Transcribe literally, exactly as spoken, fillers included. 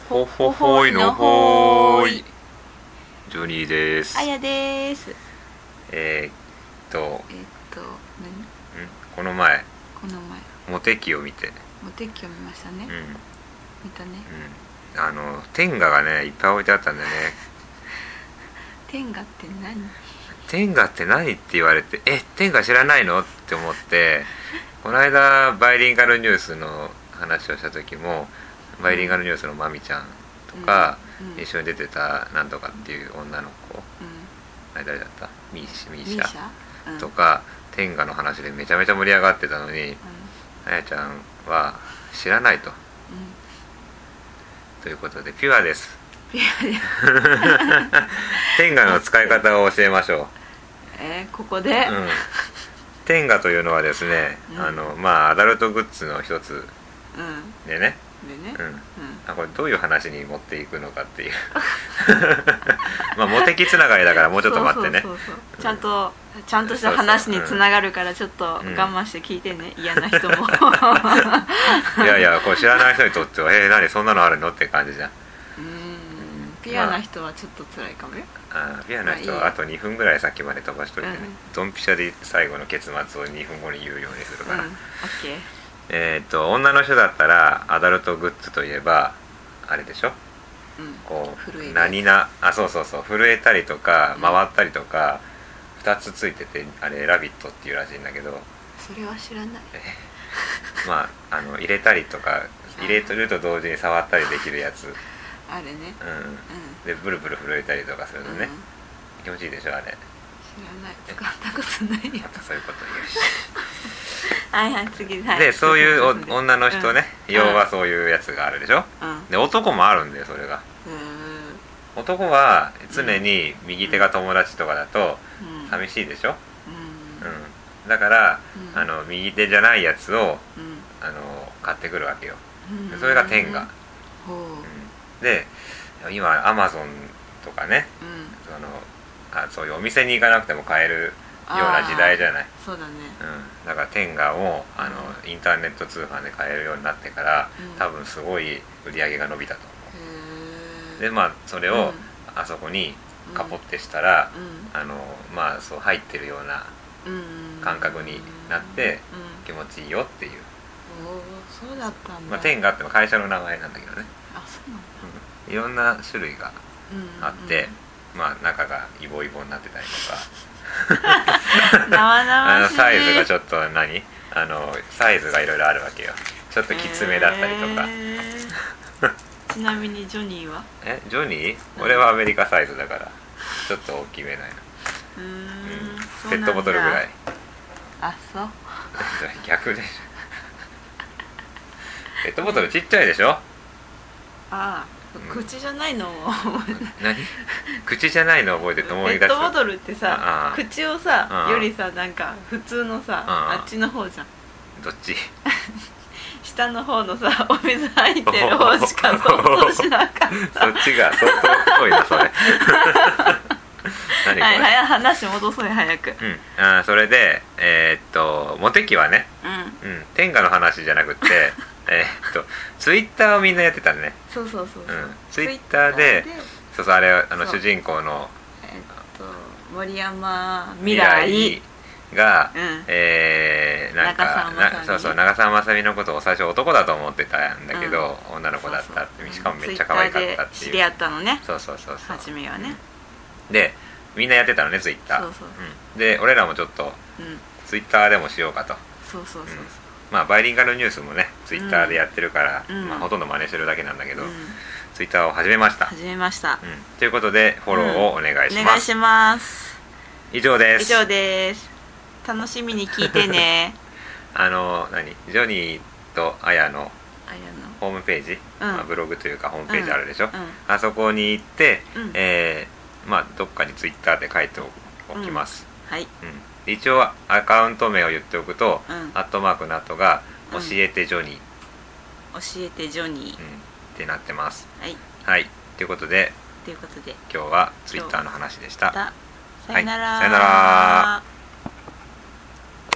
ほほほいのほーい。ジョニーです。 あやです。 えー、っとえー、っと何んこの前この前モテ期を見てモテ期を見ましたね。 うん見たね。 うんあの天下がねいっぱい置いてあったんだよね。 天下って何？ 天下って何って言われて、え天下知らないのって思って、この間バイリンガルニュースの話をした時も、バイリンガルニュースのまみちゃんとか、うんうん、一緒に出てたなんとかっていう女の子、うん、あれ誰だった？ミーシミーシャ、うん、とか天下の話でめちゃめちゃ盛り上がってたのに、うん、あやちゃんは知らないと、うん、ということでピュアです。 ピュアです天下の使い方を教えましょう。 えー、ここで、うん、 天下というのはですね、うん、あのまあアダルトグッズの一つでね、 でね、 うんうん、あこれどういう話に持っていくのかっていうまあモテ期つながりだからもうちょっと待ってね。 そうそうそうそう、ちゃんとちゃんとした話につながるからちょっと我慢して聞いてね、うん、嫌な人もいやいやこれ知らない人にとってはえー、何そんなのあるのって感じじゃん。 ピュアな人はちょっと辛いかもよ。 ああピュアな人はあとにふんぐらい先まで飛ばしといてね、うん、ドンピシャで最後の結末をにふんごに言うようにするから、うん、 オッケー。 えー、っと女の人だったらアダルトグッズといえばあれでしょ、うん、こう何なあそうそうそう震えたりとか回ったりとか、うん、ふたつついててあれラビットっていうらしいんだけど、 それは知らないまああの入れたりとか入れると同時に触ったりできるやつあれね、 うんうん、でブルブル震えたりとかするのね、うん、気持ちいいでしょあれ。知らない、使ったことないよ。 またそういうこと言うしはいはい次、はい、 でそういう女の人ね、うん、要はそういうやつがあるでしょ、うん、で男もあるんだよそれが。うん男は常に右手が友達とかだと寂しいでしょ、うんうん、だから、うん、あの右手じゃないやつを、うん、あの買ってくるわけよ、うん、それが天下、うん、で今アマゾンとかね、うん、そのあそういうお店に行かなくても買えるような時代じゃない。 そうだね、 うん、だから天下をあの、うん、インターネット通販で買えるようになってから、うん、多分すごい売り上げが伸びたと思う。でまあそれを、うん、あそこにカポってしたら、うん、あのまあそう入ってるような感覚になって、うん、気持ちいいよっていう。 おそうだったんだ。 まあ、天下って会社の名前なんだけどね。 あそうなんだ、 うん、いろんな種類があって、うんうん、まあ中がイボイボになってたりとか生々しいあのサイズがちょっと何あのサイズがいろいろあるわけよ。ちょっときつめだったりとか、えー、ちなみにジョニーはえジョニー、うん、俺はアメリカサイズだからちょっと大きめなの。 うーん、うん、 ペットボトルぐらい。 あそう逆でしょペットボトルちっちゃいでしょ。ああ口じゃないのを何口じゃないのを覚えてて思い出した。 ペットボトルってさ口をさよりさなんか普通のさあっちの方じゃん。 どっち下の方のさお水入ってる方しか想像しなかったそっちが相当っぽいなそれ何これ、 はい、話戻そうよ早く、 うん、あそれでえー、っとモテ期はね、うんうん、天下の話じゃなくってえっとツイッターをみんなやってたね。 そうそうそうそう、うん、 ツイッターでそうそうあれあの主人公の、 えー、っと森山未来が、うん、えー、なんかなそうそう長澤まさみのことを最初男だと思ってたんだけど、うん、女の子だったって。そうそうしかもめっちゃ可愛かったっていう。 知り合ったのね。 そうそうそうそう初めはね、 うん、でみんなやってたのねツイッター。そうそう、うん、で俺らもちょっと、うん、ツイッターでもしようかと。 そうそうそうそう、うんまあ、バイリンガルニュースもねツイッターでやってるから、うんまあ、ほとんど真似してるだけなんだけど、うん、ツイッターを始めました始めました、 うん、ということでフォローをお願いします、うん、 お願いします。 以上です。 以上です。楽しみに聞いてねあの何ジョニーとあやのホームページ、 うんまあ、ブログというかホームページあるでしょ、 うんうん、 あそこに行って、うんえーまあ、どっかにツイッターで書いておきます、 うん、はい、 うん、一応アカウント名を言っておくと、うん、アットマークの後が教えてジョニー、教えてジョニー、 うん、ってなってます。 はい、 はい、ということでということで今日はツイッターの話でした。 さよなら、 はい、さよなら。